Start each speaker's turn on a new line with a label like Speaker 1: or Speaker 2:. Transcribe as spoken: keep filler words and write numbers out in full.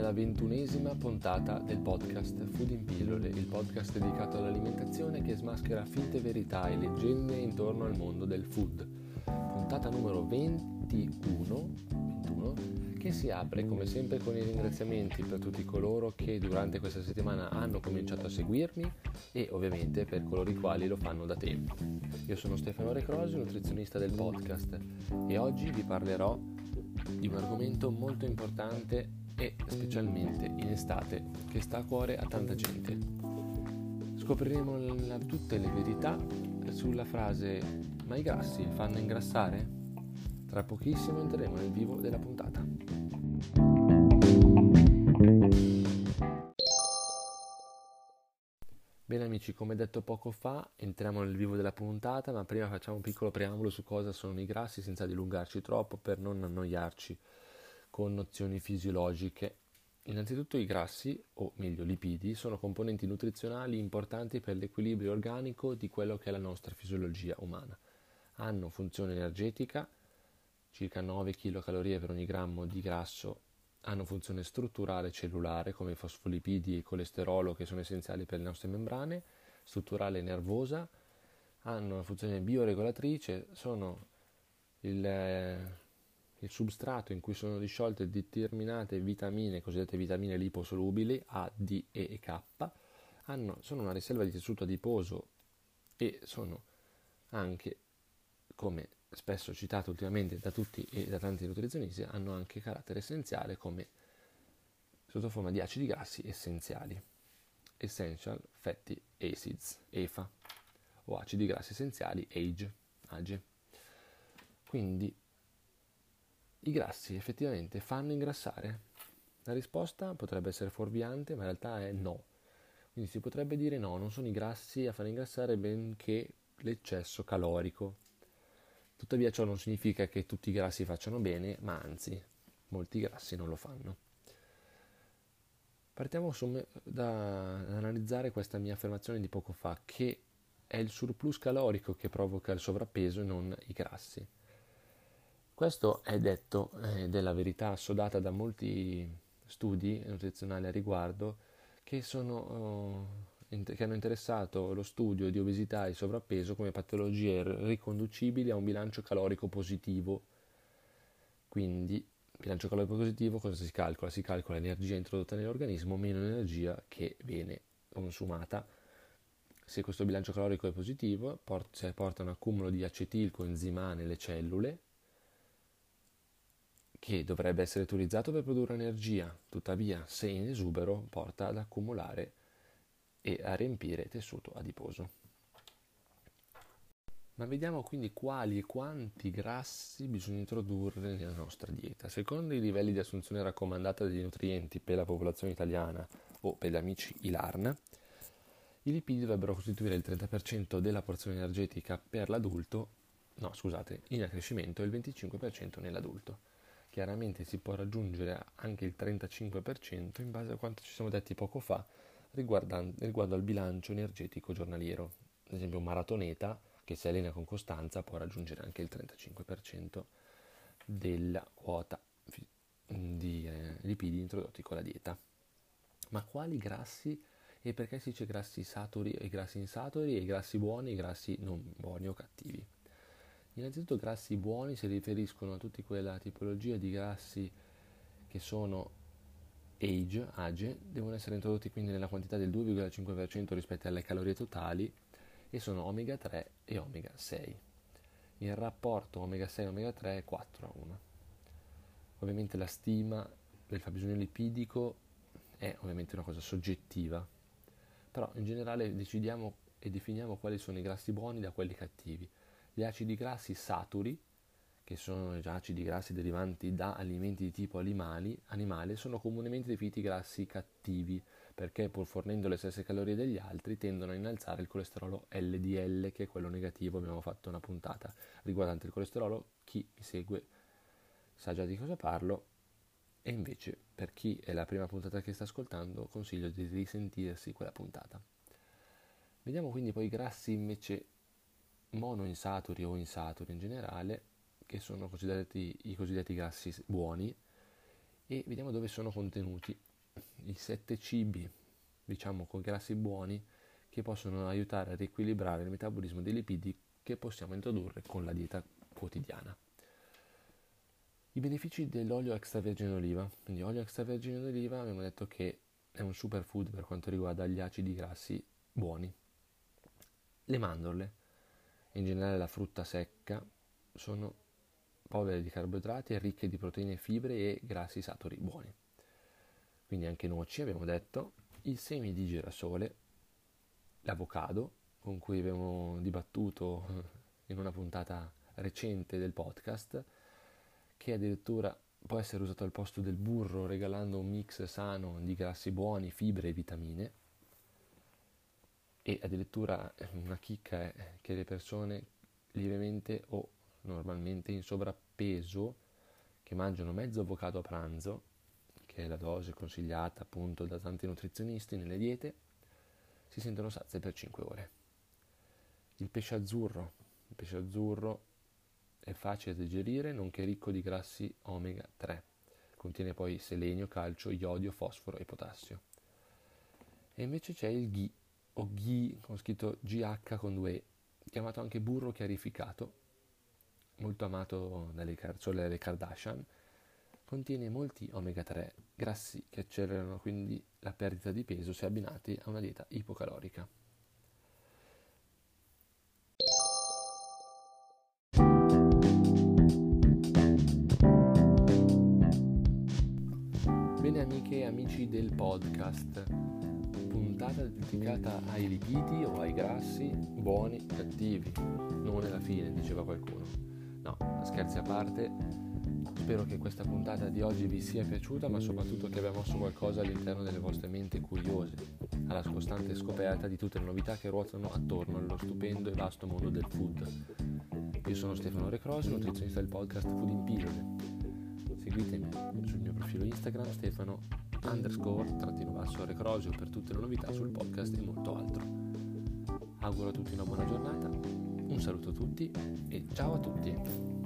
Speaker 1: nella ventunesima puntata del podcast Food in Pillole, il podcast dedicato all'alimentazione che smaschera finte verità e leggende intorno al mondo del food. Puntata numero ventuno, ventuno che si apre come sempre con i ringraziamenti per tutti coloro che durante questa settimana hanno cominciato a seguirmi e ovviamente per coloro i quali lo fanno da tempo. Io sono Stefano Recrosi, nutrizionista del podcast, e oggi vi parlerò di un argomento molto importante e specialmente in estate che sta a cuore a tanta gente. Scopriremo la, tutte le verità sulla frase "ma i grassi fanno ingrassare?". Tra pochissimo entreremo nel vivo della puntata. Bene amici, come detto poco fa, entriamo nel vivo della puntata, ma prima facciamo un piccolo preambolo su cosa sono i grassi senza dilungarci troppo per non annoiarci con nozioni fisiologiche. Innanzitutto i grassi, o meglio lipidi, sono componenti nutrizionali importanti per l'equilibrio organico di quello che è la nostra fisiologia umana. Hanno funzione energetica, circa nove chilocalorie per ogni grammo di grasso, hanno funzione strutturale cellulare come i fosfolipidi e il colesterolo che sono essenziali per le nostre membrane, strutturale nervosa, hanno una funzione bioregolatrice, sono il, eh, il substrato in cui sono disciolte determinate vitamine, cosiddette vitamine liposolubili A, D, E e K, hanno, sono una riserva di tessuto adiposo e sono anche, come spesso citato ultimamente da tutti e da tanti nutrizionisti, hanno anche carattere essenziale come sotto forma di acidi grassi essenziali, Essential Fatty Acids, E F A, o acidi grassi essenziali, A G E, A G E. Quindi i grassi effettivamente fanno ingrassare? La risposta potrebbe essere fuorviante, ma in realtà è no. Quindi si potrebbe dire no, non sono i grassi a far ingrassare, benché l'eccesso calorico. Tuttavia ciò non significa che tutti i grassi facciano bene, ma anzi, molti grassi non lo fanno. Partiamo da analizzare questa mia affermazione di poco fa, che è il surplus calorico che provoca il sovrappeso e non i grassi. Questo è detto ed è la verità assodata da molti studi nutrizionali a riguardo che, sono, che hanno interessato lo studio di obesità e sovrappeso come patologie riconducibili a un bilancio calorico positivo. Quindi, bilancio calorico positivo cosa si calcola? Si calcola l'energia introdotta nell'organismo meno l'energia che viene consumata. Se questo bilancio calorico è positivo, porta, porta a un accumulo di acetilcoenzima nelle cellule, che dovrebbe essere utilizzato per produrre energia, tuttavia se in esubero porta ad accumulare e a riempire tessuto adiposo. Ma vediamo quindi quali e quanti grassi bisogna introdurre nella nostra dieta. Secondo i livelli di assunzione raccomandata dei nutrienti per la popolazione italiana o per gli amici I L A R N, i lipidi dovrebbero costituire il trenta per cento della porzione energetica per l'adulto, no scusate, in accrescimento e il venticinque per cento nell'adulto. Chiaramente si può raggiungere anche il trentacinque per cento in base a quanto ci siamo detti poco fa riguardo al bilancio energetico giornaliero. Ad esempio un maratoneta che si allena con costanza può raggiungere anche il trentacinque per cento della quota di eh, lipidi introdotti con la dieta. Ma quali grassi e perché si dice grassi saturi e grassi insaturi e i grassi buoni e i grassi non buoni o cattivi? Innanzitutto grassi buoni si riferiscono a tutta quella tipologia di grassi che sono A G E, A G E, devono essere introdotti quindi nella quantità del due virgola cinque per cento rispetto alle calorie totali e sono omega tre e omega sei. Il rapporto omega sei e omega tre è quattro a uno. Ovviamente la stima del fabbisogno lipidico è ovviamente una cosa soggettiva, però in generale decidiamo e definiamo quali sono i grassi buoni da quelli cattivi. Gli acidi grassi saturi, che sono già acidi grassi derivanti da alimenti di tipo animali, animale, sono comunemente definiti grassi cattivi, perché pur fornendo le stesse calorie degli altri tendono a innalzare il colesterolo L D L, che è quello negativo. Abbiamo fatto una puntata riguardante il colesterolo, chi mi segue sa già di cosa parlo, e invece per chi è la prima puntata che sta ascoltando consiglio di risentirsi quella puntata. Vediamo quindi poi i grassi invece monoinsaturi o insaturi in generale, che sono cosiddetti, i cosiddetti grassi buoni, e vediamo dove sono contenuti. i sette cibi, diciamo, con grassi buoni che possono aiutare a riequilibrare il metabolismo dei lipidi che possiamo introdurre con la dieta quotidiana. I benefici dell'olio extravergine d'oliva. Quindi olio extravergine d'oliva, abbiamo detto che è un superfood per quanto riguarda gli acidi grassi buoni. Le mandorle, in generale la frutta secca, sono povere di carboidrati e ricche di proteine, fibre e grassi saturi buoni. Quindi anche noci, abbiamo detto, i semi di girasole, l'avocado, con cui abbiamo dibattuto in una puntata recente del podcast, che addirittura può essere usato al posto del burro, regalando un mix sano di grassi buoni, fibre e vitamine. E addirittura una chicca è che le persone lievemente o normalmente in sovrappeso, che mangiano mezzo avocado a pranzo, che è la dose consigliata appunto da tanti nutrizionisti nelle diete, si sentono sazi per cinque ore. Il pesce azzurro. Il pesce azzurro è facile da digerire, nonché ricco di grassi omega tre. Contiene poi selenio, calcio, iodio, fosforo e potassio. E invece c'è il ghee, o ghee con scritto G H con due E, chiamato anche burro chiarificato, molto amato dalle sorelle delle Kardashian. Contiene molti omega tre, grassi che accelerano quindi la perdita di peso se abbinati a una dieta ipocalorica. Bene amiche e amici del podcast, puntata dedicata ai lipidi o ai grassi buoni, cattivi, non alla fine, diceva qualcuno. No, scherzi a parte, spero che questa puntata di oggi vi sia piaciuta, ma soprattutto che abbia mosso qualcosa all'interno delle vostre menti curiose, alla costante scoperta di tutte le novità che ruotano attorno allo stupendo e vasto mondo del food. Io sono Stefano Recrosi, nutrizionista del podcast Food in Pillole. Seguitemi sul mio profilo Instagram Stefano underscore trattino basso Recrosio per tutte le novità sul podcast e molto altro. Auguro a tutti una buona giornata, un saluto a tutti e ciao a tutti!